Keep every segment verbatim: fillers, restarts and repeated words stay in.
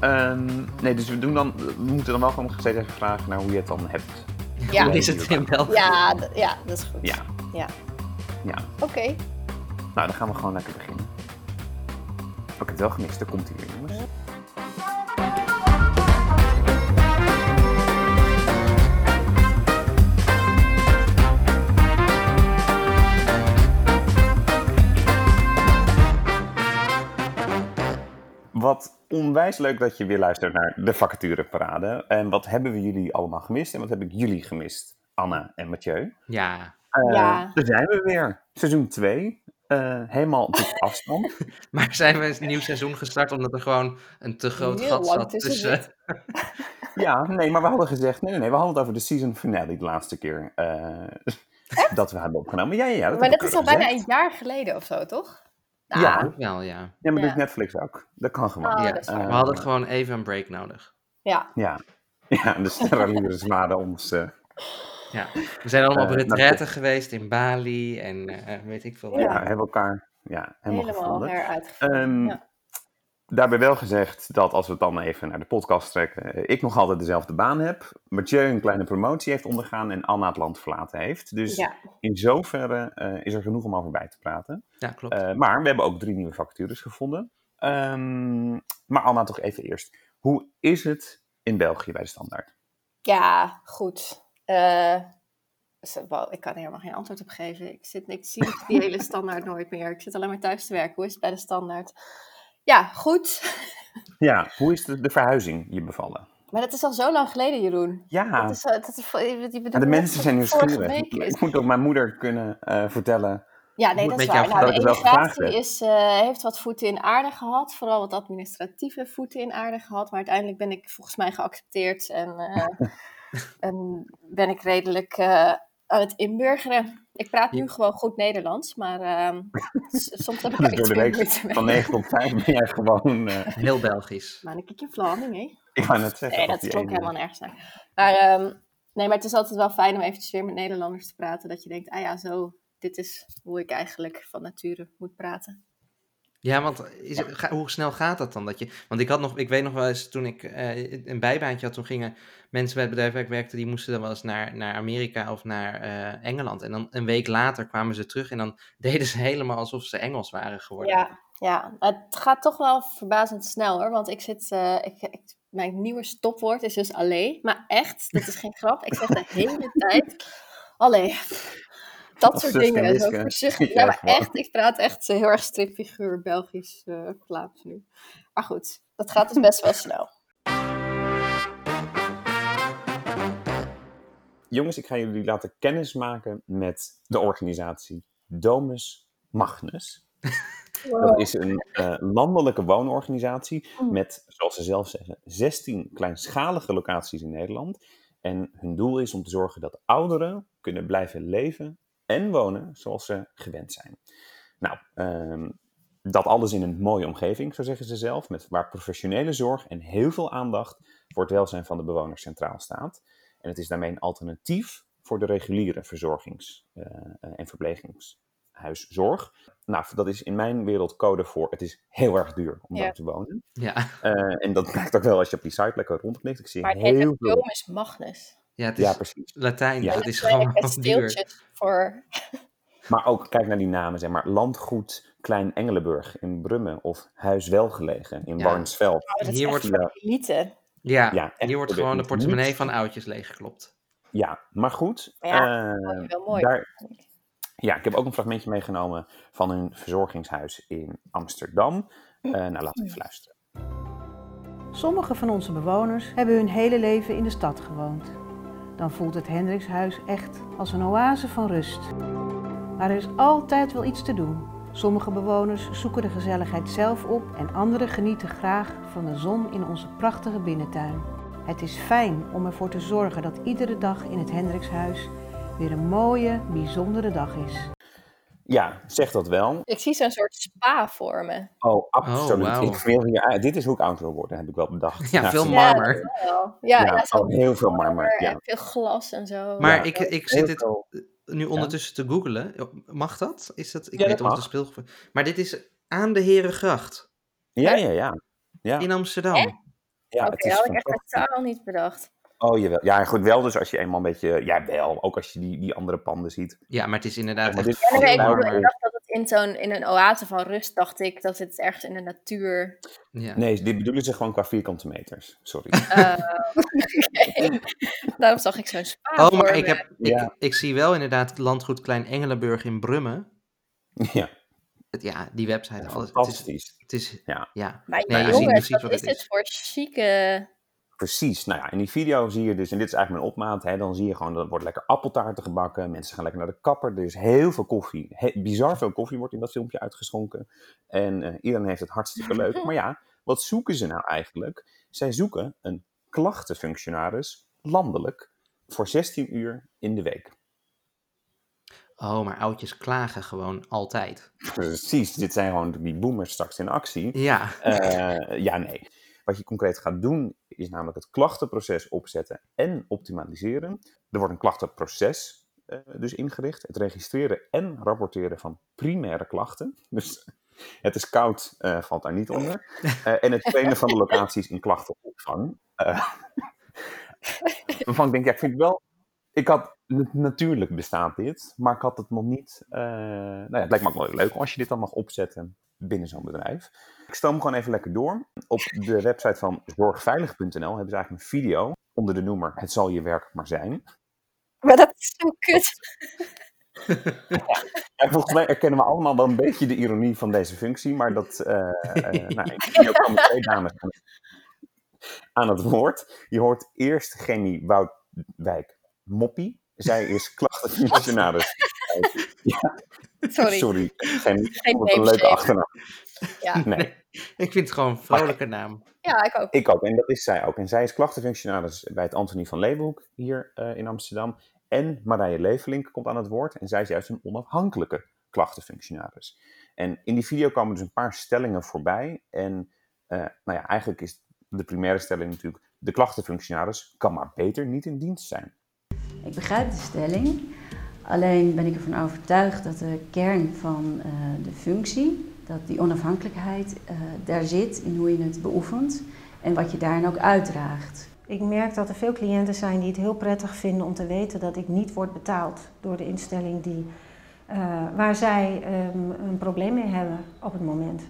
Um, nee, dus we, doen dan, we moeten dan wel gewoon steeds even vragen naar hoe je het dan hebt. Ja. Hoe is het in België? Ja, d- ja, dat is goed. Ja. Ja. Ja. Oké. Okay. Nou, dan gaan we gewoon lekker beginnen. Oh, ik heb het wel gemist, daar komt hij weer, jongens. Wat onwijs leuk dat je weer luistert naar de vacatureparade. En wat hebben we jullie allemaal gemist en wat heb ik jullie gemist? Anna en Mathieu. Ja. Uh, Ja. Daar zijn we weer. Seizoen twee. Uh, helemaal op afstand. Maar zijn we een nieuw seizoen gestart omdat er gewoon een te groot Heel gat lang zat tussen tussen... Ja, nee, maar we hadden gezegd... Nee, nee, nee, we hadden het over de season finale de laatste keer. Uh, dat we hebben opgenomen. Ja, ja, ja. Dat maar dat is al gezegd. bijna een jaar geleden of zo, toch? Nou, ja. Ook wel, ja. Ja, maar ja. doet Netflix ook. Dat kan gewoon. Oh, ja. dat is Uh, waar. we hadden gewoon even een break nodig. Ja. Ja, ja de sterrenlieders waren ons... Uh, ja, we zijn allemaal op uh, retraite geweest in Bali en uh, weet ik veel. Ja, ja hebben elkaar ja, helemaal, helemaal gevonden. heruitgevonden. Um, ja. Daarbij wel gezegd dat als we het dan even naar de podcast trekken, ik nog altijd dezelfde baan heb. Mathieu een kleine promotie heeft ondergaan en Anna het land verlaten heeft. Dus ja. in zoverre uh, is er genoeg om over bij te praten. Ja, klopt. Uh, maar we hebben ook drie nieuwe vacatures gevonden. Um, maar Anna toch even eerst. Hoe is het in België bij de Standaard? Ja, goed. Uh, Wow, ik kan er helemaal geen antwoord op geven. Ik, zit, ik zie die hele Standaard nooit meer. Ik zit alleen maar thuis te werken. Hoe is het bij de Standaard? Ja, goed. Ja, hoe is de, de verhuizing je bevallen? Maar dat is al zo lang geleden, Jeroen. Ja, dat is, dat is, je ja de mensen zijn nieuwsgierig. Ik moet ook mijn moeder kunnen uh, vertellen. Ja, nee, dat is waar. Nou, de emigratie is, uh, heeft wat voeten in aarde gehad. Vooral wat administratieve voeten in aarde gehad. Maar uiteindelijk ben ik volgens mij geaccepteerd. En, uh, en ben ik redelijk... Uh, aan het inburgeren. Ik praat nu gewoon goed Nederlands, maar uh, soms heb ik er iets door de week van negen tot vijf ben jij gewoon... Uh... Heel Belgisch. Maar een keertje Vlaming, hè? Ik wou net zeggen. Nee, dat klonk helemaal nergens naar. Maar, um, nee, maar het is altijd wel fijn om eventjes weer met Nederlanders te praten, dat je denkt, ah ja, zo, dit is hoe ik eigenlijk van nature moet praten. Ja, want is het, ga, hoe snel gaat dat dan? Dat je, want ik had nog, ik weet nog wel eens, toen ik uh, een bijbaantje had, toen gingen mensen bij het bedrijf waar ik werkte, die moesten dan wel eens naar, naar Amerika of naar uh, Engeland. En dan een week later kwamen ze terug en dan deden ze helemaal alsof ze Engels waren geworden. Ja, ja. Het gaat toch wel verbazend snel hoor, want ik zit, uh, ik, ik, mijn nieuwe stopwoord is dus allee. Maar echt, dit is geen grap, ik zeg de hele tijd allee. Dat soort dingen. Zo voorzichtig. Ja, maar echt, ik praat echt heel erg stripfiguur Belgisch uh, Vlaams nu. Maar goed, dat gaat dus best wel snel. Jongens, ik ga jullie laten kennismaken met de organisatie Domus Magnus. Wow. Dat is een uh, landelijke woonorganisatie mm. met, zoals ze zelf zeggen, zestien kleinschalige locaties in Nederland. En hun doel is om te zorgen dat ouderen kunnen blijven leven en wonen zoals ze gewend zijn. Nou, um, dat alles in een mooie omgeving, zo zeggen ze zelf, met waar professionele zorg en heel veel aandacht voor het welzijn van de bewoners centraal staat. En het is daarmee een alternatief voor de reguliere verzorgings- uh, en verplegingshuiszorg. Nou, dat is in mijn wereld code voor het is heel erg duur om ja. daar te wonen. Ja. Uh, en dat blijkt ook wel als je op die site lekker rondklikt. Ik zie maar het heel heet veel... Domus Magnus. Ja, het is ja, precies. Latijn, ja. Het is gewoon duur. Voor... Maar ook, kijk naar die namen, zeg maar. Landgoed Klein Engelenburg in Brummen of Huis Welgelegen in ja. Warnsveld. Oh, dat is hier wordt voor elite. Ja, ja hier wordt gewoon de portemonnee niet. van oudjes leeggeklopt. Ja, maar goed. Ja, uh, wel mooi. Daar, ja, ik heb ook een fragmentje meegenomen van hun verzorgingshuis in Amsterdam. Uh, nou, laten we even luisteren. Sommige van onze bewoners hebben hun hele leven in de stad gewoond. Dan voelt het Hendrikshuis echt als een oase van rust. Maar er is altijd wel iets te doen. Sommige bewoners zoeken de gezelligheid zelf op en anderen genieten graag van de zon in onze prachtige binnentuin. Het is fijn om ervoor te zorgen dat iedere dag in het Hendrikshuis weer een mooie, bijzondere dag is. Ja, zeg dat wel. Ik zie zo'n soort spa voor me. Oh, absoluut. Oh, wow. Ik wil hier, dit is hoe ik oud wil worden, heb ik wel bedacht. Ja, ja veel marmer. Ja, ja, ja, ja oh, heel veel marmer. Ja. En veel glas en zo. Maar ja, ik, ik zit dit veel... nu ondertussen ja? te googlen. Mag dat? Is dat? Ik ja, weet dat of het speel. Maar dit is aan de Herengracht. Ja, ja, ja, ja. In Amsterdam. Hè? Ja, Oké, het dat is had ik echt fantastisch. totaal niet bedacht. Oh, jawel. Ja, goed, wel dus als je eenmaal een beetje... Ja, wel. Ook als je die, die andere panden ziet. Ja, maar het is Zeg inderdaad maar, echt dit Ja, nee, is maar ik veel bedoel, ik warmer. dacht dat het in zo'n in een oase van rust, dacht ik, dat het ergens in de natuur... Ja. Nee, dit bedoelen ze gewoon qua vierkante meters. Sorry. Uh, Oké, daarom zag ik zo'n spa Oh, voor maar ik, me. heb, Ja. ik, ik zie wel inderdaad het landgoed Klein Engelenburg in Brummen. Ja, Het, ja, die website, ja, alles. Het is, fantastisch. het is, Ja. ja. Maar Nee, je ja, ziet jongens, precies wat wat is het dit is. voor chique... Precies. Nou ja, in die video zie je dus, en dit is eigenlijk mijn opmaat, hè, dan zie je gewoon, dat er wordt lekker appeltaarten gebakken, mensen gaan lekker naar de kapper, er is heel veel koffie, he- bizar veel koffie wordt in dat filmpje uitgeschonken en uh, iedereen heeft het hartstikke leuk. Maar ja, wat zoeken ze nou eigenlijk? Zij zoeken een klachtenfunctionaris, landelijk, voor zestien uur in de week. Oh, maar oudjes klagen gewoon altijd. Precies, dit zijn gewoon die boomers straks in actie. Ja. Uh, ja, nee. Wat je concreet gaat doen, is namelijk het klachtenproces opzetten en optimaliseren. Er wordt een klachtenproces uh, dus ingericht. Het registreren en rapporteren van primaire klachten. Dus het is koud, uh, valt daar niet onder. Uh, en het trainen van de locaties in klachtenopvang. Uh, waarvan ik denk, ja, ik vind het wel... Ik had, natuurlijk bestaat dit, maar ik had het nog niet... Uh, nou ja, het lijkt me ook wel leuk als je dit dan mag opzetten binnen zo'n bedrijf. Ik stoom gewoon even lekker door. Op de website van zorgveilig punt n l hebben ze eigenlijk een video onder de noemer Het zal je werk maar zijn. Maar dat is zo kut. Ja, volgens mij erkennen we allemaal wel een beetje de ironie van deze functie, maar dat... Uh, uh, nou, in de video komen twee dames aan het, aan het woord. Je hoort eerst Gemmy Woudwijk Moppie. Zij is klachtenfunctionaris. Ja. Sorry. Sorry, Gemmy. Geen Wat een leuke achternaam. Ja. Nee. Ik vind het gewoon een vrolijke naam. Ja, ik ook. Ik ook, en dat is zij ook. En zij is klachtenfunctionaris bij het Antonie van Leeuwenhoek hier uh, in Amsterdam. En Marije Levelink komt aan het woord. En zij is juist een onafhankelijke klachtenfunctionaris. En in die video komen dus een paar stellingen voorbij. En uh, nou ja, eigenlijk is de primaire stelling natuurlijk... de klachtenfunctionaris kan maar beter niet in dienst zijn. Ik begrijp de stelling. Alleen ben ik ervan overtuigd dat de kern van uh, de functie... dat die onafhankelijkheid uh, daar zit in hoe je het beoefent en wat je daarin ook uitdraagt. Ik merk dat er veel cliënten zijn die het heel prettig vinden om te weten dat ik niet word betaald door de instelling die, uh, waar zij um, een probleem mee hebben op het moment.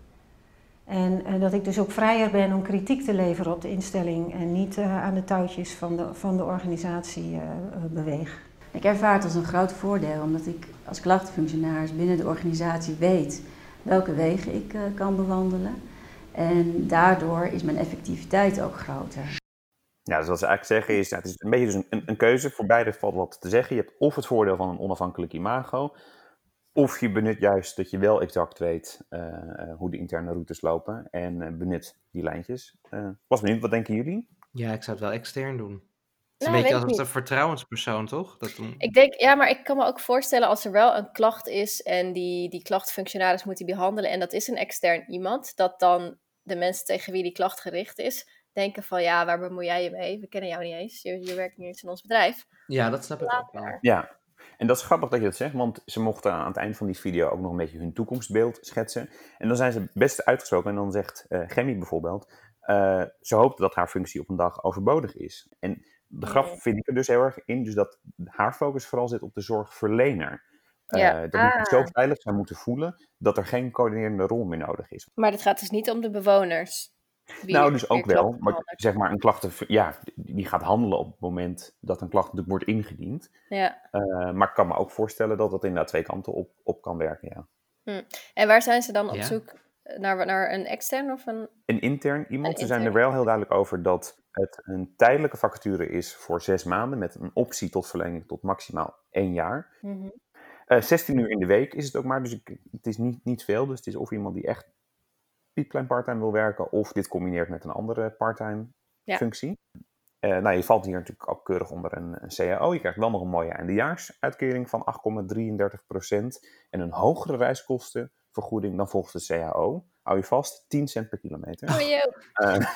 En uh, dat ik dus ook vrijer ben om kritiek te leveren op de instelling en niet uh, aan de touwtjes van de, van de organisatie uh, uh, beweeg. Ik ervaar het als een groot voordeel omdat ik als klachtenfunctionaris binnen de organisatie weet welke wegen ik uh, kan bewandelen. En daardoor is mijn effectiviteit ook groter. Ja, dus wat ze eigenlijk zeggen is, ja, het is een beetje dus een, een keuze. Voor beide valt wat te zeggen. Je hebt of het voordeel van een onafhankelijk imago, of je benut juist dat je wel exact weet uh, hoe de interne routes lopen en uh, benut die lijntjes. Uh, was benieuwd, wat denken jullie? Ja, ik zou het wel extern doen. Het is Nou, een beetje weet ik als niet. een vertrouwenspersoon, toch? Dat dan... Ik denk, ja, maar ik kan me ook voorstellen als er wel een klacht is en die, die klachtfunctionaris moet die behandelen en dat is een extern iemand, dat dan de mensen tegen wie die klacht gericht is, denken van ja, waar bemoei jij je mee? We kennen jou niet eens, je, je werkt niet eens in ons bedrijf. Ja, dat snap ik ook wel. Ja, en dat is grappig dat je dat zegt, want ze mochten aan het eind van die video ook nog een beetje hun toekomstbeeld schetsen. En dan zijn ze best uitgesproken en dan zegt uh, Gemmy bijvoorbeeld, uh, ze hoopt dat haar functie op een dag overbodig is. En de grap vind ik er dus heel erg in, dus dat haar focus vooral zit op de zorgverlener. Uh, Ja. Dat Ah. moet zo veilig zijn moeten voelen dat er geen coördinerende rol meer nodig is. Maar het gaat dus niet om de bewoners. Wie Nou, dus weer ook wel, klachten maar behandelen. zeg maar een klachten, ja, die gaat handelen op het moment dat een klacht natuurlijk wordt ingediend. Ja. Uh, maar ik kan me ook voorstellen dat dat inderdaad twee kanten op, op kan werken, ja. Hm. En waar zijn ze dan op Ja. zoek naar, naar een extern of een... Een intern iemand, Een ze zijn er intern. wel heel duidelijk over dat het een tijdelijke vacature is voor zes maanden met een optie tot verlenging tot maximaal één jaar. Mhm. Uh, zestien uur in de week is het ook maar, dus ik, het is niet, niet veel. Dus het is of iemand die echt piepklein parttime wil werken, of dit combineert met een andere parttime Ja. functie. Uh, nou, je valt hier natuurlijk ook keurig onder een, een C A O. Je krijgt wel nog een mooie eindejaarsuitkering van acht komma drieëndertig procent en een hogere reiskostenvergoeding dan volgens de C A O. Hou je vast, tien cent per kilometer. Oh, joh. Uh,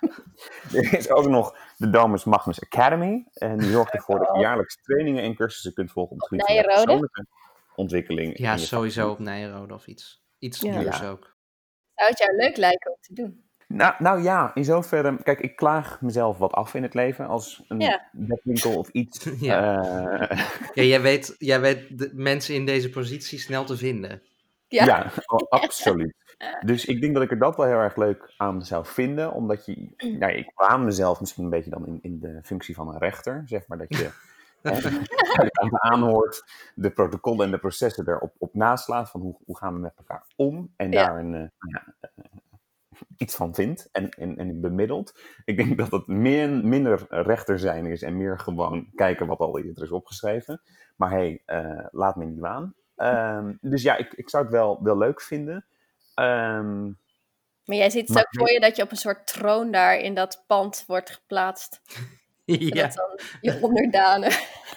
er is ook nog de Domus Magnus Academy. En die zorgt ervoor dat je jaarlijks trainingen en cursussen kunt volgen op het gebied van je Nijrode? persoonlijke ontwikkeling. Ja, en je sowieso op Nijrode of iets. Iets Ja. duurs Ja. ook. Zou het jou leuk lijken om te doen? Nou, nou ja, in zoverre... Kijk, ik klaag mezelf wat af in het leven als een Ja. webwinkel of iets. Ja. eh, Ja, jij weet, jij weet de mensen in deze positie snel te vinden. Ja. Ja, oh, absoluut. Dus ik denk dat ik er dat wel heel erg leuk aan zou vinden. Omdat je... Nou, ik kwam mezelf misschien een beetje dan in, in de functie van een rechter. Zeg maar dat je... hè, dat je aan aanhoort, de protocollen en de processen erop op naslaat. Van hoe, hoe gaan we met elkaar om. En Ja. daar een, uh, ja, uh, iets van vindt en, en, en bemiddelt. Ik denk dat het meer, minder rechter zijn is. En meer gewoon kijken wat al eerder is opgeschreven. Maar hé, hey, uh, laat me niet waan. Um, dus ja, ik, ik zou het wel, wel leuk vinden. Um, Maar jij ziet het maar ook voor je dat je op een soort troon daar in dat pand wordt geplaatst. Ja, Zodat dan je onderdanen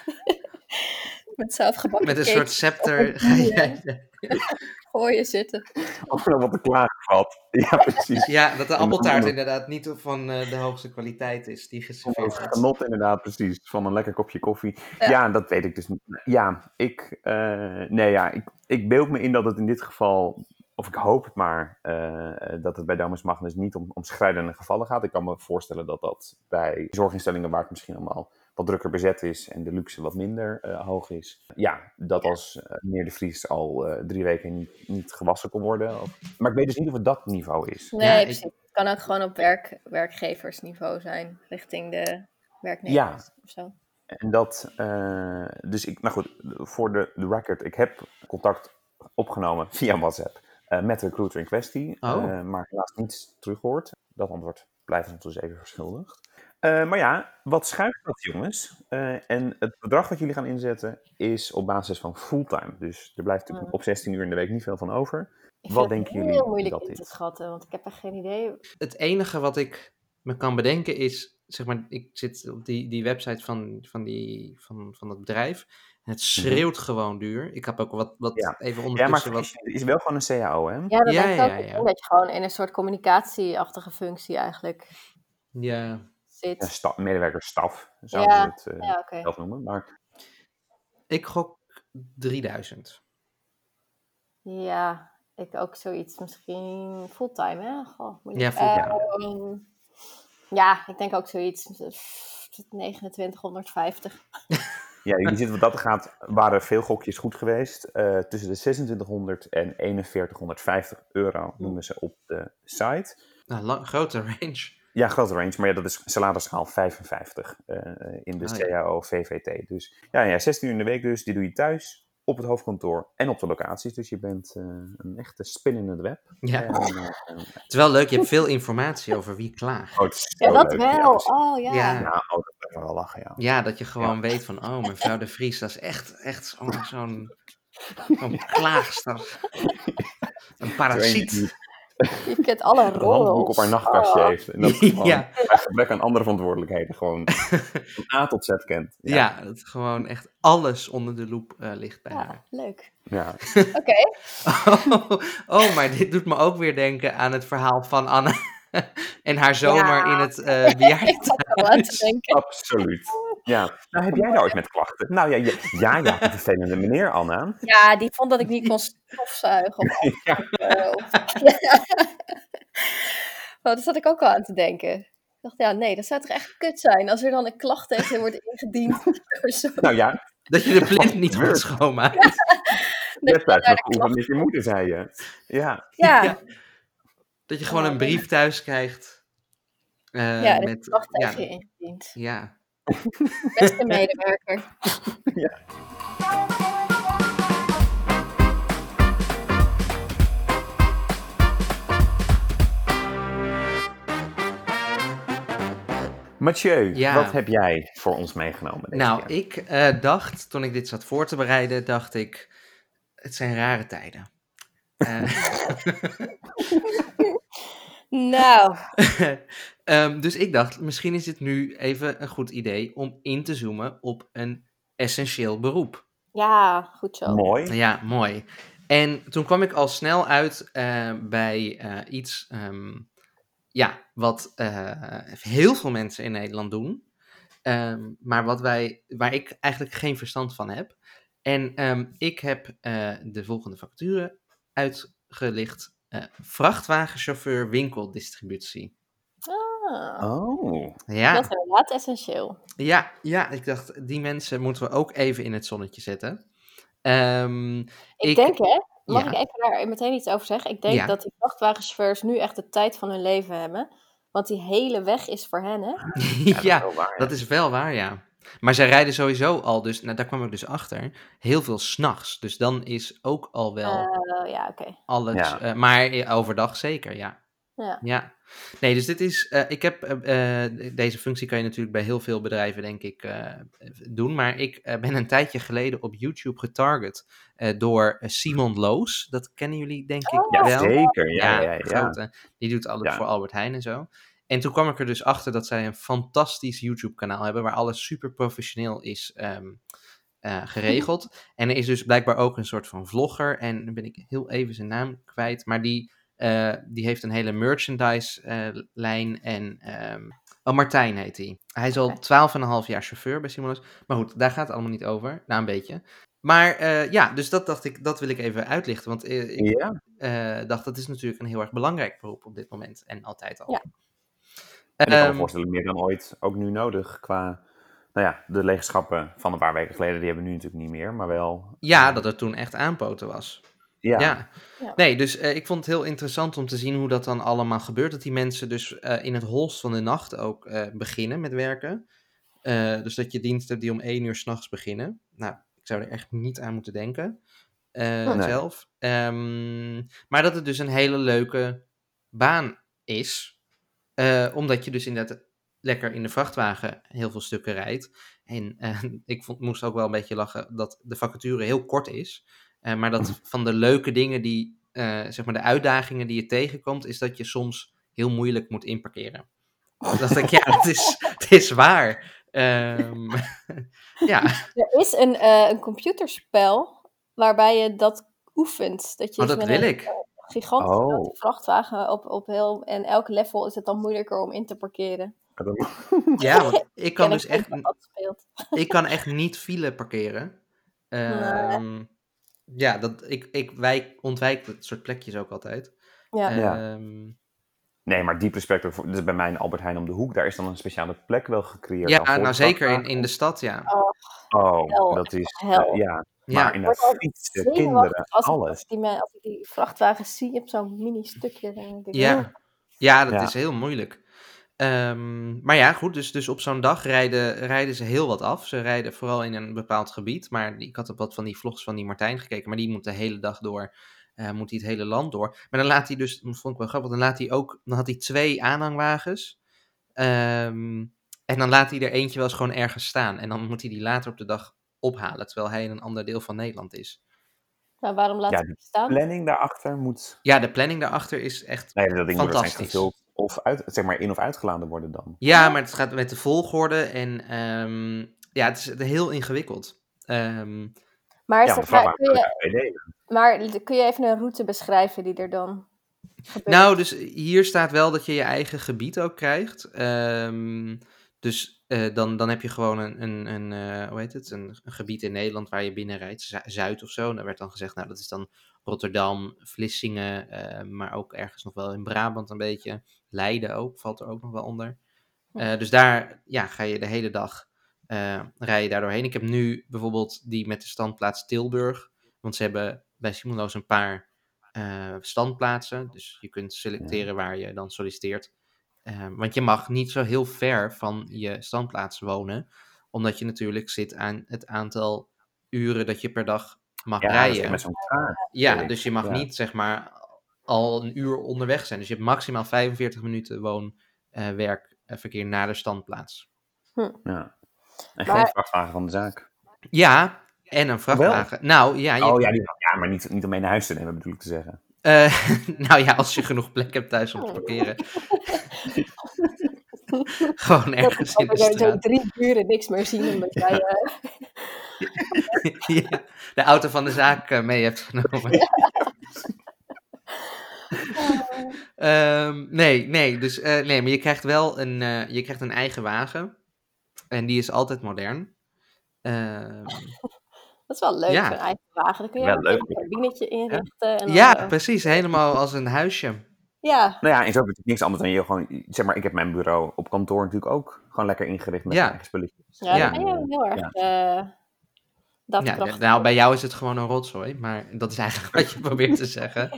met zelfgebakken met een cake soort scepter ga jij... voor je zitten. of er wat te klagen valt. Ja, precies. Ja, dat de En appeltaart dan- inderdaad niet van eh, de hoogste kwaliteit is die geserveerd Het wordt. genot inderdaad, precies. Van een lekker kopje koffie. Ja. Ja, dat weet ik dus niet. Ja, ik, uh, nee, ja, ik, ik beeld me in dat het in dit geval, of ik hoop het maar, uh, dat het bij Domus Magnus niet om, om schrijdende gevallen gaat. Ik kan me voorstellen dat dat bij zorginstellingen waar het misschien allemaal wat drukker bezet is en de luxe wat minder uh, hoog is. Ja, dat als uh, meneer De Vries al uh, drie weken niet, niet gewassen kon worden. Of, maar ik weet dus niet of het dat niveau is. Nee, Ja, ik- precies. Het kan ook gewoon op werk, werkgeversniveau zijn, richting de werknemers of zo. En dat, uh, dus ik, nou goed, voor de, de record, ik heb contact opgenomen via WhatsApp uh, met de recruiter in kwestie, Oh. uh, maar helaas niets teruggehoord. Dat antwoord blijft ons dus even verschuldigd. Uh, maar ja, wat schuift dat, jongens? Uh, en het bedrag dat jullie gaan inzetten is op basis van fulltime. Dus er blijft natuurlijk Hmm. op zestien uur in de week niet veel van over. Ik Wat vind denken het jullie heel moeilijk dat in te is? schatten, want ik heb echt geen idee. Het enige wat ik me kan bedenken is, zeg maar, ik zit op die, die website van, van, die, van, van dat bedrijf. En het schreeuwt gewoon duur. Ik heb ook wat, wat Ja. even Ja, ondertussen maar wat... het is wel gewoon een C A O, hè? Ja, dat Ja, denk ik ja, ook. ja, Ik ja. denk dat je gewoon in een soort communicatieachtige functie eigenlijk Ja, zit. Een sta- medewerkersstaf, zouden Ja, ze het uh, Ja, oké. zelf noemen. Maar ik gok drieduizend. Ja, ik ook zoiets. Misschien fulltime, hè? Goh, moeilijk. Ja, fulltime. Ehm, ja, ik denk ook zoiets. negenentwintighonderdvijftig. ja, je ziet wat dat gaat, waren veel gokjes goed geweest. Uh, tussen de zesentwintighonderd en eenenveertighonderdvijftig euro noemen ze op de site. Nou, lang, grote range. Ja, grote range, maar ja, dat is saladeschaal vijfenvijftig uh, in de Oh, C ja. A O V V T. Dus ja, ja, zestien uur in de week dus, die doe je thuis, op het hoofdkantoor en op de locaties. Dus je bent uh, een echte spin in het web. Ja. En, uh, Het is wel leuk, je hebt veel informatie over wie klaagt. oh, het is Ja, zo dat leuk. wel. Ja, dus- Oh, ja. Ja. ja, oh, dat blijft me wel lachen, ja. Ja, dat je gewoon Ja. weet van, oh, mevrouw De Vries, dat is echt, echt zo, zo'n, zo'n klaagster. Een parasiet. Je kent alle Een handboek op roles. haar nachtkastje Oh. heeft. En dat gewoon Ja. bij gebrek aan andere verantwoordelijkheden gewoon van A tot Z kent. Ja. Ja, dat gewoon echt alles onder de loep uh, ligt bij haar. Ja, leuk. Ja. Oké. Oh, oh, maar dit doet me ook weer denken aan het verhaal van Anne en haar zomer Ja. in het uh, Ik zat er al aan te bejaardentehuis. denken. Absoluut. Ja. Nou, heb jij daar ooit met klachten? Nou ja, ja, ja, ja een vervelende meneer, Anna. Ja, die vond dat ik niet kon stofzuigen. Of Ja. afwassen, of... Ja. Oh, daar zat ik ook al aan te denken. Ik dacht, ja, nee, dat zou toch echt kut zijn als er dan een klacht tegen je wordt ingediend. door zo'n- Nou ja, Dat je de plint niet goed schoonmaakt. dat je net dan uit naar nog de geoefend met je moeder, zei je. Ja. Ja, Ja. Dat je gewoon Ja, een brief thuis krijgt. Uh, ja, dat met, is klacht ja, tegen je ingediend. ja. Beste medewerker. Mathieu, Ja. wat heb jij voor ons meegenomen deze Nou, keer? ik uh, dacht, toen ik dit zat voor te bereiden, dacht ik, het zijn rare tijden. Uh, Nou, um, dus ik dacht, misschien is het nu even een goed idee om in te zoomen op een essentieel beroep. ja, goed zo. Mooi. Ja, mooi. En toen kwam ik al snel uit uh, bij uh, iets um, ja, wat uh, heel veel mensen in Nederland doen. Um, maar wat wij, waar ik eigenlijk geen verstand van heb. En um, ik heb uh, de volgende vacature uitgelicht uh, vrachtwagenchauffeur winkeldistributie. Ah, Oh. Ja. dat is inderdaad essentieel. Ja, ja, ik dacht, die mensen moeten we ook even in het zonnetje zetten. Um, Ik, ik denk, hè, mag ja. ik even daar meteen iets over zeggen? Ik denk Ja. dat die vrachtwagenchauffeurs nu echt de tijd van hun leven hebben. Want die hele weg is voor hen, hè? Ja, Ja, dat is wel waar, ja. dat is wel waar, ja. Maar zij rijden sowieso al, dus nou, daar kwam ik dus achter, heel veel 's nachts. Dus dan is ook al wel Uh, ja, oké. al het, Ja. uh, maar eh, overdag zeker, ja. Ja. Ja. Nee, dus dit is, uh, ik heb, uh, uh, deze functie kan je natuurlijk bij heel veel bedrijven, denk ik, uh, doen. Maar ik uh, ben een tijdje geleden op YouTube getarget uh, door Simon Loos. Dat kennen jullie, denk ik, Oh, Ja, wel. zeker. Ja, Ja, ja, ja. grote. Die doet alles Ja. voor Albert Heijn en zo. En toen kwam ik er dus achter dat zij een fantastisch YouTube-kanaal hebben, waar alles super professioneel is um, uh, geregeld. En er is dus blijkbaar ook een soort van vlogger, en dan ben ik heel even zijn naam kwijt, maar die, uh, die heeft een hele merchandise-lijn. Uh, en um, oh, Martijn heet hij. Hij is al Oké. twaalf en een half jaar chauffeur bij Simon Loos. Maar goed, daar gaat het allemaal niet over. Nou, een beetje. Maar uh, ja, dus dat dacht ik, dat wil ik even uitlichten. Want uh, ik Ja. uh, dacht, dat is natuurlijk een heel erg belangrijk beroep op dit moment. En altijd al. Ja. En ik kan me Um, voorstellen, meer dan ooit ook nu nodig qua, nou ja, de legenschappen van een paar weken geleden, die hebben we nu natuurlijk niet meer, maar wel... Ja, uh, dat het toen echt aanpoten was. Ja. Ja. Ja. Nee, dus uh, ik vond het heel interessant om te zien hoe dat dan allemaal gebeurt. Dat die mensen dus uh, in het holst van de nacht ook uh, beginnen met werken. Uh, dus dat je diensten hebt die om één uur 's nachts beginnen. Nou, ik zou er echt niet aan moeten denken. Uh, Nee. zelf. Um, maar dat het dus een hele leuke baan is. Uh, omdat je dus inderdaad lekker in de vrachtwagen heel veel stukken rijdt. En uh, ik vond, moest ook wel een beetje lachen dat de vacature heel kort is. Uh, maar dat van de leuke dingen die, uh, zeg maar de uitdagingen die je tegenkomt, is dat je soms heel moeilijk moet inparkeren. Dat dacht ik, ja, het is, het is waar. Um, ja. Er is een, uh, een computerspel waarbij je dat oefent. Dat je Oh, dat met wil een ik. gigantische Oh. grote vrachtwagen op, op heel... En elk level is het dan moeilijker om in te parkeren. Ja, want ik kan Ken dus ik echt, niet wat dat speelt. ik kan echt niet file parkeren. Um, ja, dat, ik, ik wijk, ontwijk dat soort plekjes ook altijd. Ja. Ja. Um, Nee, maar diep respect ook voor, dus bij mij in Albert Heijn om de hoek, daar is dan een speciale plek wel gecreëerd. ja, dan voor nou de zeker in, vrachtwagen. in de stad, ja. Oh, Oh, hel, dat is, hel. uh, ja. Ja. Maar Ik inderdaad, word al fietsen, zenuwachtig kinderen, als ik, alles. als, ik die, me- als ik die vrachtwagens zie op zo'n mini-stukje. Dan denk ik, Ja. "Oeh." Ja, dat Ja. is heel moeilijk. Um, maar ja, goed, dus, dus op zo'n dag rijden, rijden ze heel wat af. Ze rijden vooral in een bepaald gebied. Maar die, ik had op wat van die vlogs van die Martijn gekeken, maar die moet de hele dag door, uh, moet hij het hele land door. Maar dan laat hij dus, dat vond ik wel grappig, dan laat hij ook, dan had hij twee aanhangwagens. Um, en dan laat hij er eentje wel eens gewoon ergens staan. En dan moet hij die later op de dag ophalen, terwijl hij in een ander deel van Nederland is. Nou, waarom laat Ja, ik de die staan? planning daarachter moet... Ja, de planning daarachter is echt Nee, dat ding moet waarschijnlijk fantastisch. gevuld of uit, zeg maar in- of uitgeladen worden dan. Ja, maar het gaat met de volgorde en um, ja, het is heel ingewikkeld. Um, Maar, Ja, zeg de maar, vrachtwagen kun kan je, je twee delen. maar kun je even een route beschrijven die er dan gebeurt? nou, dus hier staat wel dat je je eigen gebied ook krijgt. Um, dus uh, dan, dan heb je gewoon een, een, een, uh, hoe heet het? Een, een gebied in Nederland waar je binnenrijdt, Zu- Zuid of zo. En daar werd dan gezegd, nou, dat is dan Rotterdam, Vlissingen, uh, maar ook ergens nog wel in Brabant een beetje. Leiden ook, valt er ook nog wel onder. Uh, dus daar ja, ga je de hele dag, uh, rij je daar doorheen. Ik heb nu bijvoorbeeld die met de standplaats Tilburg. Want ze hebben bij Simon Loos een paar uh, standplaatsen. Dus je kunt selecteren Ja. waar je dan solliciteert. Uh, want je mag niet zo heel ver van je standplaats wonen. Omdat je natuurlijk zit aan het aantal uren dat je per dag mag Ja, dat is echt rijden. met zo'n kaart. Ja, weet ik. dus je mag Ja. niet zeg maar al een uur onderweg zijn. Dus je hebt maximaal vijfenveertig minuten woon, uh, werkverkeer naar de standplaats. Hm. Ja. En Maar- geen vrachtwagen van de zaak. Ja, en een vrachtwagen. Nou ja, je, Oh ja, die, ja maar niet, niet om mee naar huis te nemen, bedoel ik te zeggen. uh, nou ja, als je genoeg plek hebt thuis om te parkeren. Gewoon Dat ergens is in de dat we zo straat. drie uren niks meer zien omdat jij... Uh, Ja, de auto van de zaak uh, mee hebt genomen. Um, nee, nee, dus uh, nee, maar je krijgt wel een, uh, je krijgt een eigen wagen. En die is altijd modern. Um, Dat is wel leuk, Ja. zo'n eigen wagen. Dan kun je Wel ook leuk. een kabinetje inrichten. En dan Ja, zo. precies. Helemaal als een huisje. Ja, Nou ja, en zo heb je niks anders dan je gewoon... Zeg maar, ik heb mijn bureau op kantoor natuurlijk ook gewoon lekker ingericht met Ja. mijn eigen spulletjes. ja, Ja. dan ben je heel erg Ja. eh Ja, daadkrachtig. nou, bij jou is het gewoon een rotzooi, maar dat is eigenlijk wat je probeert te zeggen.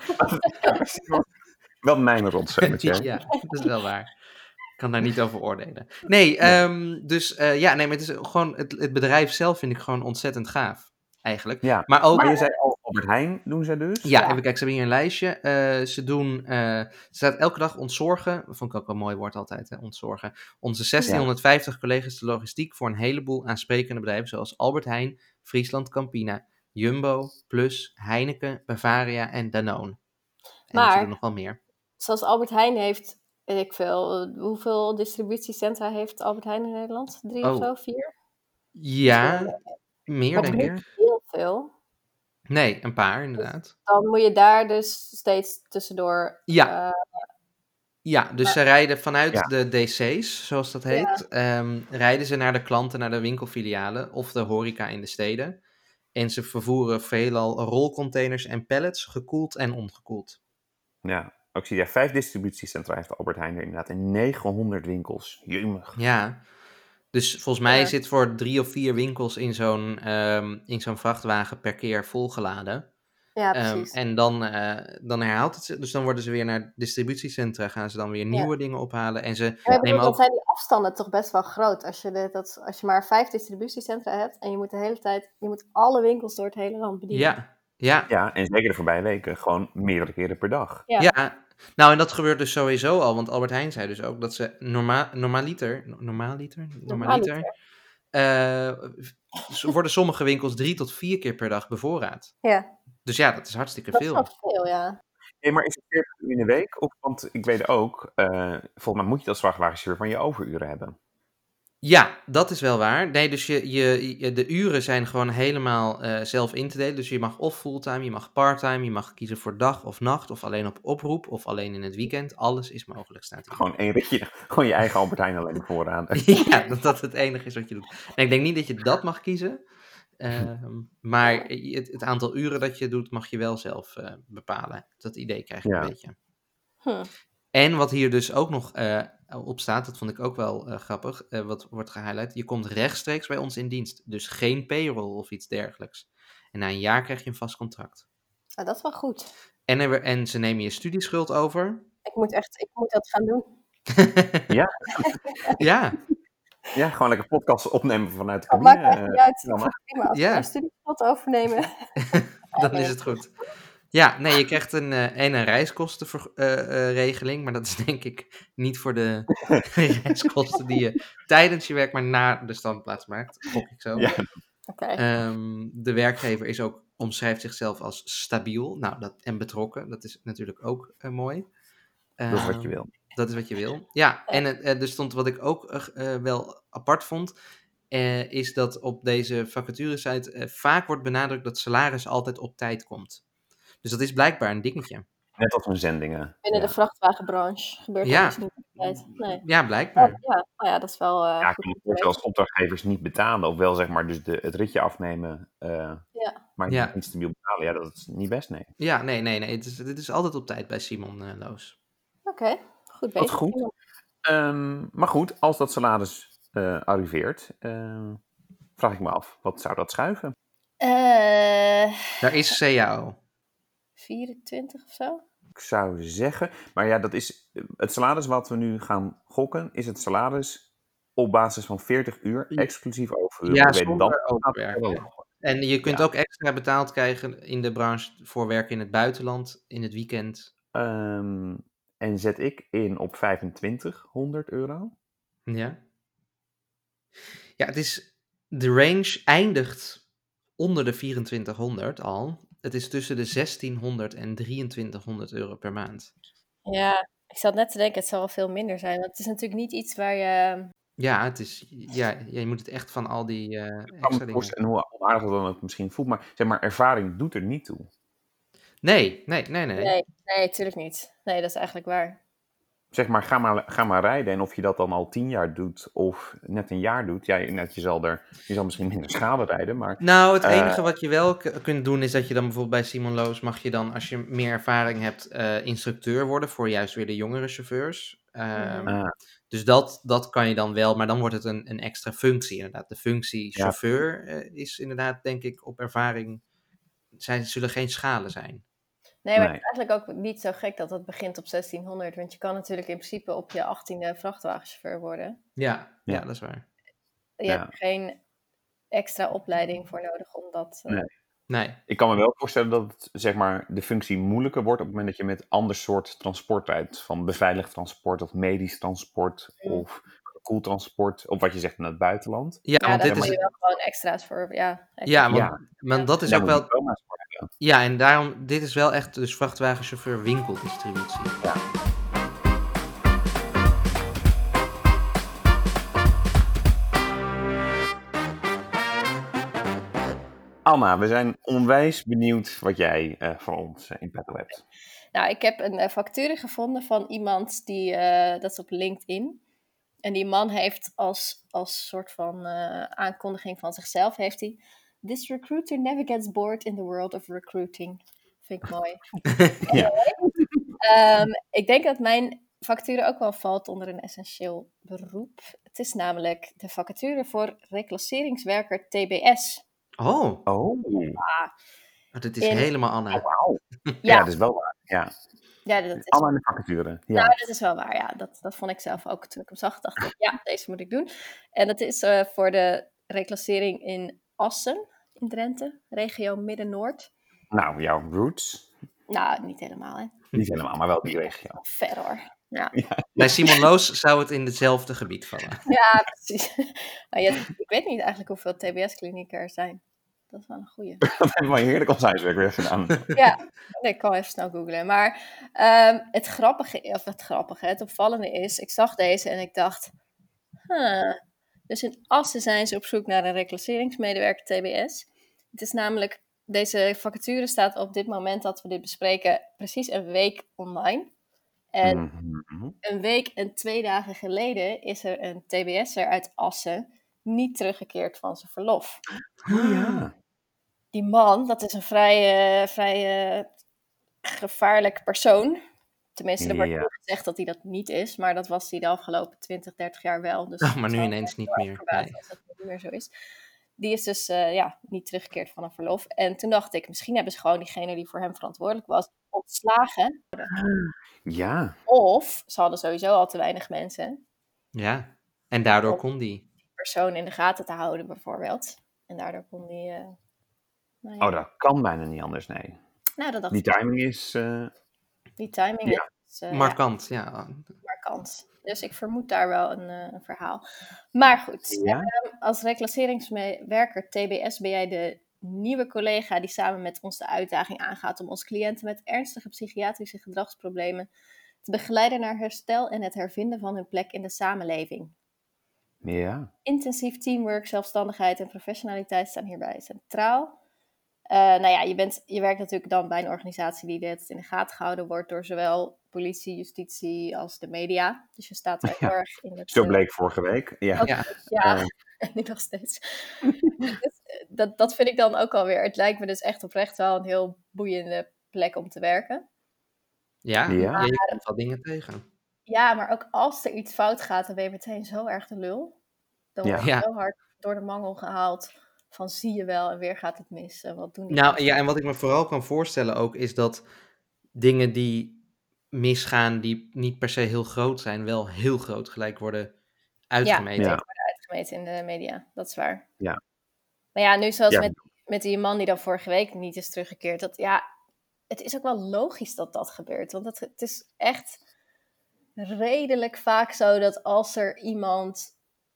Wel mijn rotzooi. Ja, dat is wel waar. Ik kan daar niet over oordelen. Nee, ehm, dus eh, ja, nee, maar het is gewoon, het, het bedrijf zelf vind ik gewoon ontzettend gaaf, eigenlijk. Ja, Maar ook, maar je zei al, Albert Heijn doen ze dus? ja, Ja. even kijken, ze hebben hier een lijstje. Eh, ze doen, eh, ze staat elke dag ontzorgen, dat vond ik ook wel een mooi woord altijd, hè, ontzorgen. Onze zestienhonderdvijftig collega's de logistiek voor een heleboel aansprekende bedrijven, zoals Albert Heijn, Friesland Campina, Jumbo, Plus, Heineken, Bavaria en Danone. En Maar- ze doen nog wel meer. Zoals Albert Heijn heeft, weet ik veel, eh, hoeveel distributiecentra heeft Albert Heijn in Nederland? Drie of Oh. zo? Vier? Ja, meer Maar denk niet ik. heel veel. Nee, een paar inderdaad. Dan moet je daar dus steeds tussendoor... Ja. eh, Ja, dus Maar- ze rijden vanuit Ja. de D C's, zoals dat heet, ehm, rijden ze naar de klanten, naar de winkelfilialen of de horeca in de steden. En ze vervoeren veelal rolcontainers en pallets, gekoeld en ongekoeld. Ja, ook zie je, vijf distributiecentra heeft Albert Heijn er inderdaad in negenhonderd winkels. Jemig. Ja, dus volgens mij Ja. zit voor drie of vier winkels in zo'n ehm, in zo'n vrachtwagen per keer volgeladen. ja, Ehm, precies. en dan, eh, dan herhaalt het zich. Dus dan worden ze weer naar distributiecentra, gaan ze dan weer nieuwe dingen ophalen. En ze Maar ik bedoel, nemen dan ook... zijn die afstanden toch best wel groot. Als je, dit, dat, als je maar vijf distributiecentra hebt en je moet de hele tijd, je moet alle winkels door het hele land bedienen. Ja, ja, Ja, en zeker de voorbije weken gewoon meerdere keren per dag. Ja. ja. Nou, en dat gebeurt dus sowieso al. Want Albert Heijn zei dus ook dat ze norma normaaliter... no- Normaaliter? Normaaliter? eh, z- worden sommige winkels drie tot vier keer per dag bevoorraad. Ja, Dus ja, dat is hartstikke dat is veel. wel veel, ja. Hey, maar is het veertig uur in de week? Of, want ik weet ook, eh, volgens mij moet je als vrachtwagenchauffeur van je overuren hebben. Ja, dat is wel waar. Nee, dus je, je, je- de uren zijn gewoon helemaal eh, zelf in te delen. Dus je mag of fulltime, je mag parttime, je mag kiezen voor dag of nacht, of alleen op oproep, of alleen in het weekend. Alles is mogelijk, staat hier. Gewoon één ritje, gewoon je eigen Albert Heijn alleen vooraan. Ja, dat dat het enige is wat je doet. Nee, ik denk niet dat je dat mag kiezen. Ehm, maar het, het aantal uren dat je doet, mag je wel zelf eh, bepalen. Dat idee krijg je Ja. een beetje. Hm. En wat hier dus ook nog eh, op staat, dat vond ik ook wel eh, grappig, eh, wat wordt gehighlight. Je komt rechtstreeks bij ons in dienst. Dus geen payroll of iets dergelijks. En na een jaar krijg je een vast contract. Ah, dat is wel goed. En, er, en ze nemen je studieschuld over. Ik moet echt, ik moet dat gaan doen. Ja? Ja, Ja, gewoon lekker podcast opnemen vanuit de Dat cabine. maakt echt eh, niet uit. ja, Ik vind het prima als Ja. we mijn studieschuld overnemen. dan is het goed. Ja, nee, je krijgt een, eh, en een reiskostenregeling, maar dat is denk ik niet voor de reiskosten die je tijdens je werk, maar na de standplaats maakt, gok ik zo. Ja. Oké. Ehm, de werkgever is ook, omschrijft zichzelf als stabiel, nou, dat, en betrokken, dat is natuurlijk ook eh, mooi. Dat is wat je Ehm, wil. Dat is wat je wil. Ja, en het, eh, er stond wat ik ook eh, eh, wel apart vond, eh, is dat op deze vacaturesite eh, vaak wordt benadrukt dat salaris altijd op tijd komt. Dus dat is blijkbaar een dingetje. Net als hun zendingen. Binnen ja. de vrachtwagenbranche gebeurt Ja. dat dus niet altijd. Nee. Ja, blijkbaar. Ja, nou ja, dat is wel eh, Ja, ik goed kan om me te voorstellen als weten. opdrachtgevers niet betalen, of wel zeg maar dus de, het ritje afnemen, eh, Ja. maar Ja. niet stabiel betalen. Ja, dat is niet best, nee. Ja, nee, nee, nee. Het is, dit is altijd op tijd bij Simon eh, Loos. Oké, goed Wat bezig. goed. Ehm, maar goed, als dat salaris eh, arriveert, eh, vraag ik me af, wat zou dat schuiven? Eh, Daar is C A O. vierentwintig of zo? Ik zou zeggen, maar ja, dat is het salaris wat we nu gaan gokken, is het salaris op basis van veertig uur, exclusief overuren. Ja, We weten zonder dan- overwerken. En je kunt Ja. ook extra betaald krijgen in de branche voor werken in het buitenland, in het weekend. Ehm, en zet ik in op vijfentwintighonderd euro. Ja. Ja, het is, de range eindigt onder de vierentwintighonderd al. Het is tussen de zestienhonderd en drieëntwintighonderd euro per maand. Ja, ik zat net te denken, het zal wel veel minder zijn. Want het is natuurlijk niet iets waar je... Ja, het is, ja, ja, je moet het echt van al die eh, Ik kan extra me dingen... voorstellen hoe onaardig dan het misschien voelt, maar zeg maar, ervaring doet er niet toe. Nee, nee, nee, nee. Nee, nee, natuurlijk niet. Nee, dat is eigenlijk waar. zeg maar, ga maar, ga maar rijden. En of je dat dan al tien jaar doet of net een jaar doet. Ja, net, je, zal er, je zal misschien minder schade rijden, maar... Nou, het eh, enige wat je wel k- kunt doen is dat je dan bijvoorbeeld bij Simon Loos mag je dan, als je meer ervaring hebt, eh, instructeur worden voor juist weer de jongere chauffeurs. Ehm, Mhm. Ah. Dus dat, dat kan je dan wel, maar dan wordt het een, een extra functie inderdaad. De functie Ja. chauffeur eh, is inderdaad, denk ik, op ervaring, zijn, zullen geen schalen zijn. Nee, maar Nee. het is eigenlijk ook niet zo gek dat het begint op zestienhonderd. Want je kan natuurlijk in principe op je achttiende vrachtwagenchauffeur worden. Ja, ja. Ja. dat is waar. Je Ja. hebt er geen extra opleiding voor nodig om dat... eh, Nee. Nee. Ik kan me wel voorstellen dat het, zeg maar, de functie moeilijker wordt op het moment dat je met ander soort transport rijdt. Van beveiligd transport of medisch transport Mm. of koeltransport. Of wat je zegt naar het buitenland. Ja, Ja, want daar dit moet is... je wel gewoon extra's voor... Ja, extra Ja, want, Ja. want dat is Daar ook moet je wel... diploma's voor hebben. Ja, en daarom, dit is wel echt dus vrachtwagenchauffeur winkeldistributie. Alma, we zijn onwijs benieuwd wat jij eh, voor ons eh, in petto hebt. Nou, ik heb een uh, vacature gevonden van iemand die, uh, dat is op LinkedIn. En die man heeft als, als soort van uh, aankondiging van zichzelf, heeft hij... This recruiter never gets bored in the world of recruiting. Vind ik mooi. Ja. um, ik denk dat mijn vacature ook wel valt onder een essentieel beroep. Het is namelijk de vacature voor reclasseringswerker T B S. Oh, Oh, Ah, oh, dit is In- helemaal Anna. oh wauw. Ja. ja, dat is wel waar. Ja. ja, dat is Allemaal in de vacature. Ja. Nou, dat is wel waar. Ja, dat, dat vond ik zelf ook toen ik hem zag. Dacht ik, ja, deze moet ik doen. En dat is uh, voor de reclassering in Assen, in Drenthe, regio Midden-Noord. Nou, jouw roots. Nou, niet helemaal, hè. Niet helemaal, maar wel die regio. Ver hoor. Ja, Bij Simon Loos zou het in hetzelfde gebied vallen. ja precies. Maar ja, ik weet niet eigenlijk hoeveel T B S-klinieken er zijn. Dat is wel een goeie. Dat hebben we heerlijk ons huiswerk weer gedaan. Ja, nee, ik kan even snel googlen. Maar um, het grappige, of het grappige, het opvallende is, ik zag deze en ik dacht, huh. Dus in Assen zijn ze op zoek naar een reclasseringsmedewerker T B S. Het is namelijk, deze vacature staat op dit moment dat we dit bespreken precies een week online. En Mm-hmm. een week en twee dagen geleden is er een T B S'er uit Assen niet teruggekeerd van zijn verlof. Oh ja. Die man, dat is een vrij, uh, vrij uh, gevaarlijk persoon. Tenminste, er wordt Ja. gezegd dat hij dat niet is, maar dat was hij de afgelopen twintig, dertig jaar wel. Dus Oh, maar nu het ineens zou niet me meer. verbazen Nee. als dat niet meer zo is. Die is dus uh, ja, niet teruggekeerd van een verlof. En toen dacht ik, misschien hebben ze gewoon diegene die voor hem verantwoordelijk was ontslagen. Ja. Of ze hadden sowieso al te weinig mensen. Ja, en daardoor Om kon die. die persoon in de gaten te houden bijvoorbeeld. En daardoor kon die... Uh, nou, ja. Oh, dat kan bijna niet anders, nee. Nou, dat dacht Die ik. timing is... Uh... Die timing Ja. is... Uh, Markant, ja. ja, markant. Dus ik vermoed daar wel een, uh, een verhaal. Maar goed, Ja? uh, als reclasseringswerker T B S ben jij de nieuwe collega die samen met ons de uitdaging aangaat om onze cliënten met ernstige psychiatrische gedragsproblemen te begeleiden naar herstel en het hervinden van hun plek in de samenleving. Ja. Intensief teamwork, zelfstandigheid en professionaliteit staan hierbij centraal. Uh, nou ja, je, bent, je werkt natuurlijk dan bij een organisatie die dit in de gaten gehouden wordt door zowel politie, justitie als de media. Dus je staat wel heel Ja. erg in het... Zo bleek vorige week. Ja. Okay, Ja. ja. Uh. Nu nog steeds. dus, dat, dat vind ik dan ook alweer. Het lijkt me dus echt oprecht wel een heel boeiende plek om te werken. Ja, Ja. ja, je komt wel dingen tegen. Ja, maar ook als er iets fout gaat, dan ben je meteen zo erg de lul. Dan word je Ja. zo hard door de mangel gehaald van zie je wel en weer gaat het mis. En wat doen die Nou mensen? ja, en wat ik me vooral kan voorstellen ook is dat dingen die misgaan, die niet per se heel groot zijn, wel heel groot gelijk worden uitgemeten. Ja. Ja, worden uitgemeten in de media. Dat is waar. Ja. Maar ja, nu zoals Ja. met, met die man die dan vorige week niet is teruggekeerd. Dat, ja, het is ook wel logisch dat dat gebeurt. Want het, het is echt redelijk vaak zo dat als er iemand...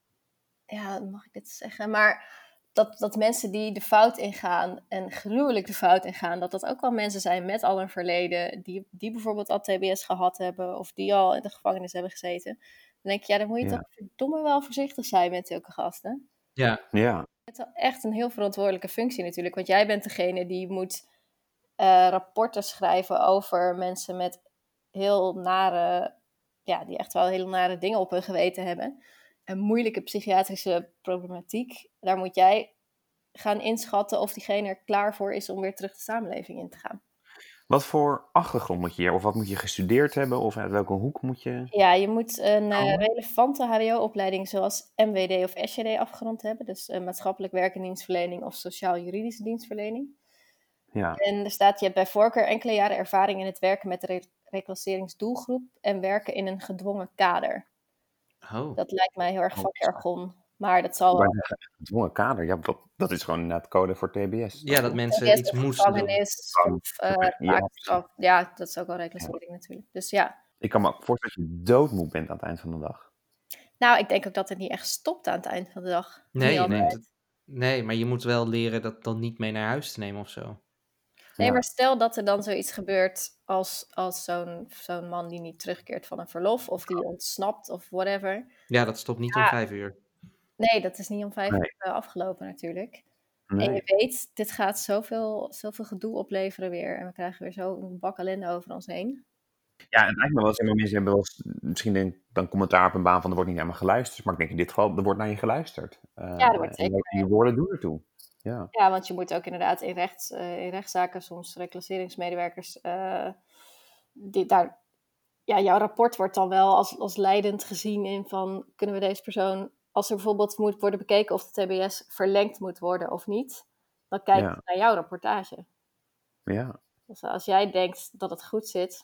Ja, mag ik dit zeggen? Maar dat, dat mensen die de fout ingaan en gruwelijk de fout ingaan, dat dat ook wel mensen zijn met al een verleden, die, die bijvoorbeeld al T B S gehad hebben of die al in de gevangenis hebben gezeten. Dan denk je, ja, dan moet je Ja. toch verdomme wel voorzichtig zijn met zulke gasten. Ja, Ja. Het is wel echt een heel verantwoordelijke functie natuurlijk, want jij bent degene die moet uh, rapporten schrijven over mensen met heel nare ja, die echt wel hele nare dingen op hun geweten hebben. Een moeilijke psychiatrische problematiek. Daar moet jij gaan inschatten of diegene er klaar voor is om weer terug de samenleving in te gaan. Wat voor achtergrond moet je hier? Of wat moet je gestudeerd hebben? Of uit welke hoek moet je... Ja, je moet een uh, Oh. relevante H B O-opleiding zoals M W D of S J D afgerond hebben. Dus uh, maatschappelijk werk en dienstverlening of sociaal-juridische dienstverlening. Ja. En er staat, je hebt bij voorkeur enkele jaren ervaring in het werken met de re- reclasseringsdoelgroep en werken in een gedwongen kader. Oh. Dat lijkt mij heel erg Oh. vakjargon, maar dat zal wel... Maar een gedwongen kader, ja, dat, dat is gewoon inderdaad code voor T B S. Ja, dat mensen Yes, iets of moesten doen. gevangenis, doen. of uh, Ja. taakstraf. Ja, dat is ook wel reclassering natuurlijk. Dus ja. Ik kan me ook voorstellen dat je doodmoe bent aan het eind van de dag. Nou, ik denk ook dat het niet echt stopt aan het eind van de dag. Nee, Niet nee, altijd. dat- nee, maar je moet wel leren dat dan niet mee naar huis te nemen of zo. Nee, Ja. maar stel dat er dan zoiets gebeurt als, als zo'n, zo'n man die niet terugkeert van een verlof of die ontsnapt of whatever. Ja, dat stopt niet Ja. om vijf uur. Nee, dat is niet om vijf Nee. uur uh, afgelopen natuurlijk. Nee. En je weet, dit gaat zoveel, zoveel gedoe opleveren weer. En we krijgen weer zo'n bak ellende over ons heen. Ja, het lijkt me wel eens, maar mensen hebben wel eens, misschien denk, dan commentaar op een baan van er wordt niet naar me geluisterd. Maar ik denk in dit geval, er wordt naar je geluisterd. Uh, Ja, er wordt en zeker die woorden doen ertoe. Ja. Ja, want je moet ook inderdaad in, rechts, uh, in rechtszaken soms reclasseringsmedewerkers... Uh, die daar, ja, jouw rapport wordt dan wel als, als leidend gezien in van... kunnen we deze persoon, als er bijvoorbeeld moet worden bekeken of de T B S verlengd moet worden of niet... dan kijk je Ja. naar jouw rapportage. Ja. Dus als jij denkt dat het goed zit,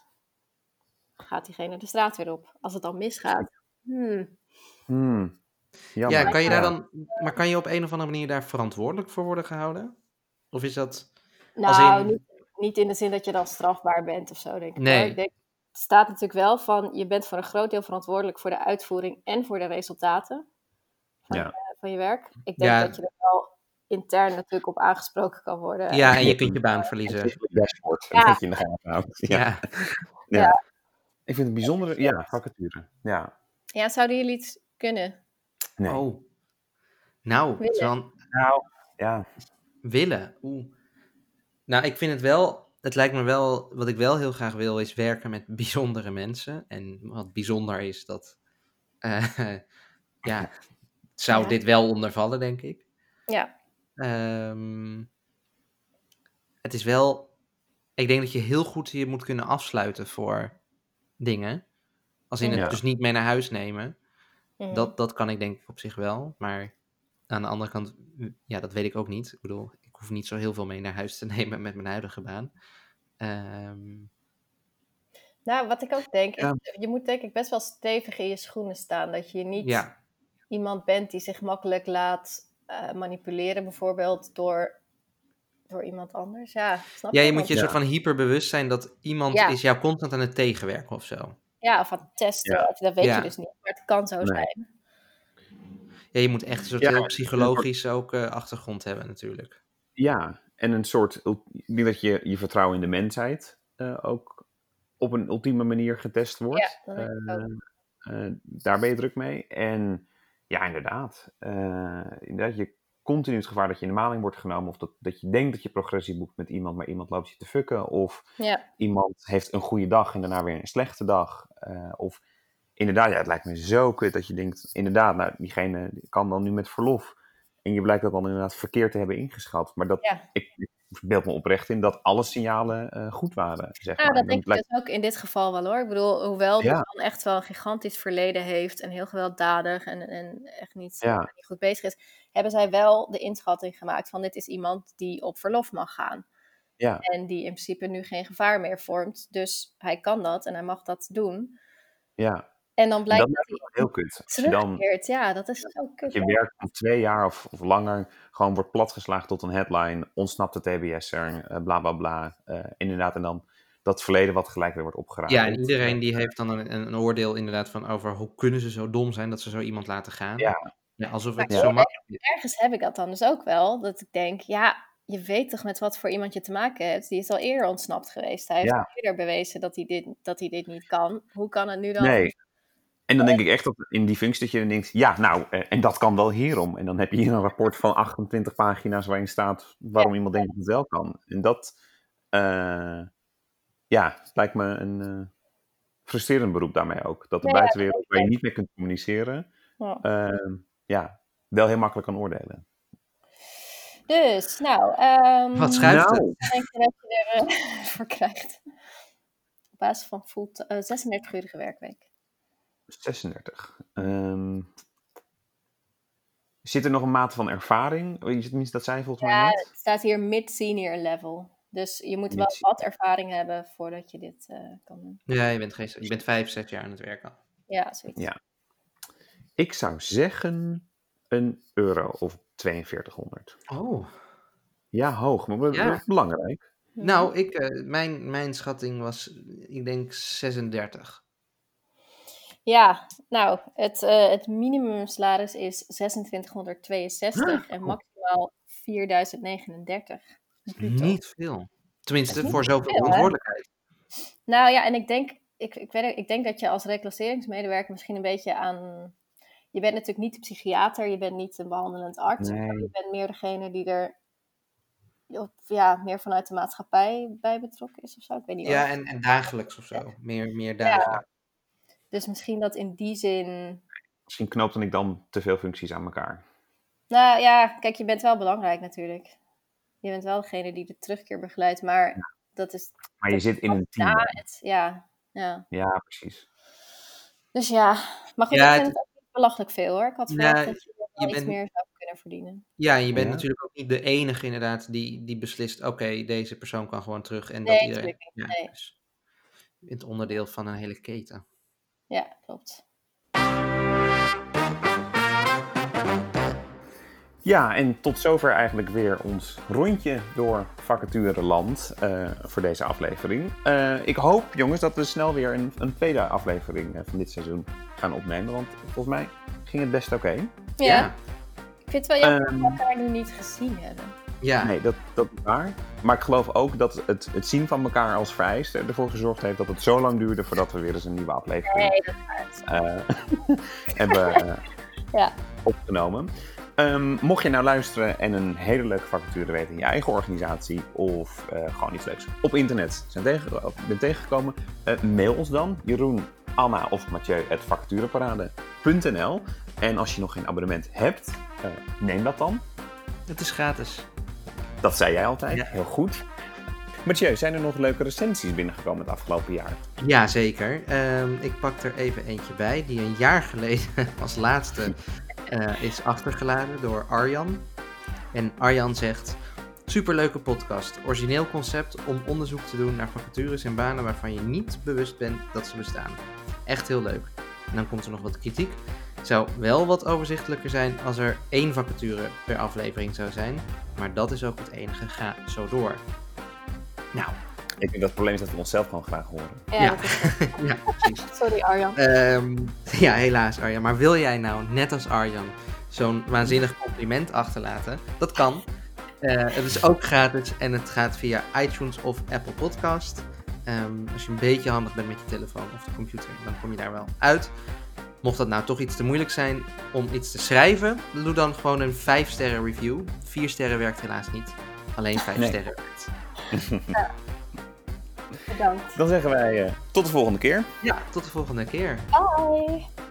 gaat diegene de straat weer op. Als het dan misgaat, hmm, Hmm. Jammer. Ja, kan je daar Ja. dan, maar kan je op een of andere manier daar verantwoordelijk voor worden gehouden? Of is dat... nou, in- niet, niet in de zin dat je dan strafbaar bent of zo, denk ik. Nee. hoor. Ik denk, het staat natuurlijk wel van, je bent voor een groot deel verantwoordelijk voor de uitvoering en voor de resultaten van, Ja. je, van je werk. Ik denk Ja. dat je er wel intern natuurlijk op aangesproken kan worden. Ja, en je kunt je baan verliezen. Een dashboard, Ja. dat je in de gaten houdt. Ja. Ja. Ja. Ja. Ik vind het bijzondere, ja, vacature. Ja. Ja, zouden jullie iets kunnen? Nee. Oh. Nou, het is wel een- Nou, ja. willen. Oeh. Nou, ik vind het wel... Het lijkt me wel... Wat ik wel heel graag wil, is werken met bijzondere mensen. En wat bijzonder is, dat... eh, ja, zou Ja. dit wel ondervallen, denk ik. Ja, Ehm, het is wel... Ik denk dat je heel goed je moet kunnen afsluiten voor dingen. Als in het Ja. dus niet mee naar huis nemen. mhm. Dat, dat kan ik denk ik op zich wel. Maar aan de andere kant, ja, dat weet ik ook niet. Ik bedoel, ik hoef niet zo heel veel mee naar huis te nemen met mijn huidige baan. Ehm, Nou, wat ik ook denk, is, Ja. je moet denk ik best wel stevig in je schoenen staan. Dat je niet ja, iemand bent die zich makkelijk laat uh, manipuleren, bijvoorbeeld door, door iemand anders. Ja, snap ja, je je? moet je een Ja. soort van hyperbewust zijn dat iemand Ja. is jou constant aan het tegenwerken of zo. Ja, of aan het testen, Ja. of, dat weet Ja. je dus niet. Maar het kan zo Nee. zijn. Ja, je moet echt een soort Ja, heel een psychologisch ook eh, achtergrond hebben natuurlijk. Ja, en een soort, ul- ik denk dat je je vertrouwen in de mensheid uh, ook op een ultieme manier getest wordt. Ja, dat denk ik ook. Uh, uh, daar ben je druk mee. En ja, inderdaad. Uh, inderdaad, je continu het gevaar dat je in de maling wordt genomen. Of dat, dat je denkt dat je progressie boekt met iemand, maar iemand loopt je te fucken. Of Ja. iemand heeft een goede dag en daarna weer een slechte dag. Uh, of inderdaad, ja, het lijkt me zo kut dat je denkt, inderdaad, nou, diegene kan dan nu met verlof. En je blijkt dat dan inderdaad verkeerd te hebben ingeschat. Maar dat, Ja. ik, ik beeld me oprecht in dat alle signalen uh, goed waren, zeg Ja, maar. dat En denk ik lijkt- dus ook in dit geval wel hoor. Ik bedoel, hoewel die Ja. man echt wel een gigantisch verleden heeft en heel gewelddadig en, en echt niet, Ja. niet goed bezig is, hebben zij wel de inschatting gemaakt van dit is iemand die op verlof mag gaan. Ja, En die in principe nu geen gevaar meer vormt. Dus hij kan dat en hij mag dat doen. ja. En dan En blijkt dat dat lijkt me hij wel heel kut. Als je dan terugkeert. Ja, dat is zo kut. dat je hè? werk van twee jaar of, of langer gewoon wordt platgeslagen tot een headline, ontsnapt de T B S'er, uh, bla bla bla. Uh, inderdaad, en dan dat verleden wat gelijk weer wordt opgerakeld. Ja, en iedereen die heeft dan een, een oordeel inderdaad van over hoe kunnen ze zo dom zijn dat ze zo iemand laten gaan. Ja. Ja, alsof Maar het Ja. zo makkelijk is. Ergens heb ik dat dan dus ook wel. Dat ik denk, ja, je weet toch met wat voor iemand je te maken hebt. Die is al eerder ontsnapt geweest. Hij heeft Ja. al eerder bewezen dat hij, dit, dat hij dit niet kan. Hoe kan het nu dan? Nee. En dan denk ik echt dat in die functie dat je dan denkt, ja, nou, eh, en dat kan wel hierom. En dan heb je hier een rapport van achtentwintig pagina's waarin staat waarom iemand denkt dat het wel kan. En dat, uh, ja, lijkt me een, uh, frustrerend beroep daarmee ook. Dat de Ja, ja, buitenwereld dat waar je weet niet mee kunt communiceren, Ja. uh, ja, wel heel makkelijk kan oordelen. Dus, nou, um, Wat schuift Nou. het? wat denk je dat je er uh, voor krijgt? Op basis van full t- uh, zesendertig-urige werkweek. zesendertig. Um, zit er nog een mate van ervaring? Tenminste, dat zei je volgens Ja, mij net. het staat hier mid-senior level. Dus je moet wel Mid- wat ervaring hebben voordat je dit uh, kan doen. Ja, je bent, geen, je bent vijf, zes jaar aan het werken. Ja, zoiets. Ja. Ik zou zeggen een euro of tweeënveertighonderd. Oh. Ja, hoog, maar Ja. dat is belangrijk. Nou, ik, uh, mijn, mijn schatting was, ik denk zesendertig. Ja, nou, het, uh, het minimumsalaris is zesentwintighonderdtweeënzestig en maximaal vierduizend negenendertig. Bruto. Niet veel. Tenminste, niet voor veel, zoveel hè? verantwoordelijkheid. Nou ja, en ik denk, ik, ik, weet, ik denk dat je als reclasseringsmedewerker misschien een beetje aan... Je bent natuurlijk niet de psychiater, je bent niet een behandelend arts. Nee. Je bent meer degene die er ja, meer vanuit de maatschappij bij betrokken is of zo. Ik weet niet Ja, of... en, en dagelijks of zo. Meer, meer dagelijks. Ja. Dus misschien dat in die zin... Misschien knoopte ik dan te veel functies aan elkaar. Nou ja, kijk, je bent wel belangrijk natuurlijk. Je bent wel degene die de terugkeer begeleidt, maar ja. dat is... Maar je dat zit in een team. Ja, het, ja, ja. Ja, precies. Dus ja, maar goed, Ja, ik vind het... het ook niet belachelijk veel hoor. Ik had verwacht Ja, dat je wel je iets bent... meer zou kunnen verdienen. Ja, en je bent Ja. natuurlijk ook niet de enige inderdaad die, die beslist, oké, okay, deze persoon kan gewoon terug. En Nee, dat iedereen... natuurlijk niet. Ja, Nee. dus je bent onderdeel van een hele keten. Ja, klopt. Ja, en tot zover eigenlijk weer ons rondje door vacatureland uh, voor deze aflevering. Uh, ik hoop, jongens, dat we snel weer een, een tweede aflevering uh, van dit seizoen gaan opnemen. Want volgens mij ging het best oké. Okay. Ja. Ja. Ik vind het wel jammer Um, dat we elkaar nu niet gezien hebben. Ja. Nee, dat, dat is waar. Maar ik geloof ook dat het, het zien van elkaar als vereiste ervoor gezorgd heeft dat het zo lang duurde voordat we weer eens een nieuwe aflevering Nee, dat is waar. uh, hebben uh, ja. opgenomen. Um, mocht je nou luisteren en een hele leuke vacature weten in je eigen organisatie of uh, gewoon iets leuks op internet zijn tegen, bent tegengekomen, uh, mail ons dan, Jeroen, Anna of Mathieu at vacatureparade punt n l. En als je nog geen abonnement hebt, uh, neem dat dan. Het is gratis. Dat zei jij altijd, ja. Heel goed. Mathieu, zijn er nog leuke recensies binnengekomen het afgelopen jaar? Ja, zeker. Um, ik pak er even eentje bij, die een jaar geleden als laatste uh, is achtergeladen door Arjan. En Arjan zegt: superleuke podcast, origineel concept om onderzoek te doen naar vacatures en banen waarvan je niet bewust bent dat ze bestaan. Echt heel leuk. En dan komt er nog wat kritiek. Het zou wel wat overzichtelijker zijn als er één vacature per aflevering zou zijn, maar dat is ook het enige. Ga zo door. Nou. Ik denk dat het probleem is dat we onszelf gewoon graag horen. Ja, ja. Dat is ja precies. Sorry Arjan. Um, ja, helaas Arjan. Maar wil jij nou, net als Arjan, zo'n waanzinnig compliment achterlaten? Dat kan. Uh, het is ook gratis en het gaat via iTunes of Apple Podcast. Um, als je een beetje handig bent met je telefoon of de computer, dan kom je daar wel uit. Mocht dat nou toch iets te moeilijk zijn om iets te schrijven, doe dan gewoon een vijf sterren review. vier sterren werkt helaas niet. Alleen vijf nee. sterren werkt. Ja. Bedankt. Dan zeggen wij uh, tot de volgende keer. Ja, tot de volgende keer. Bye.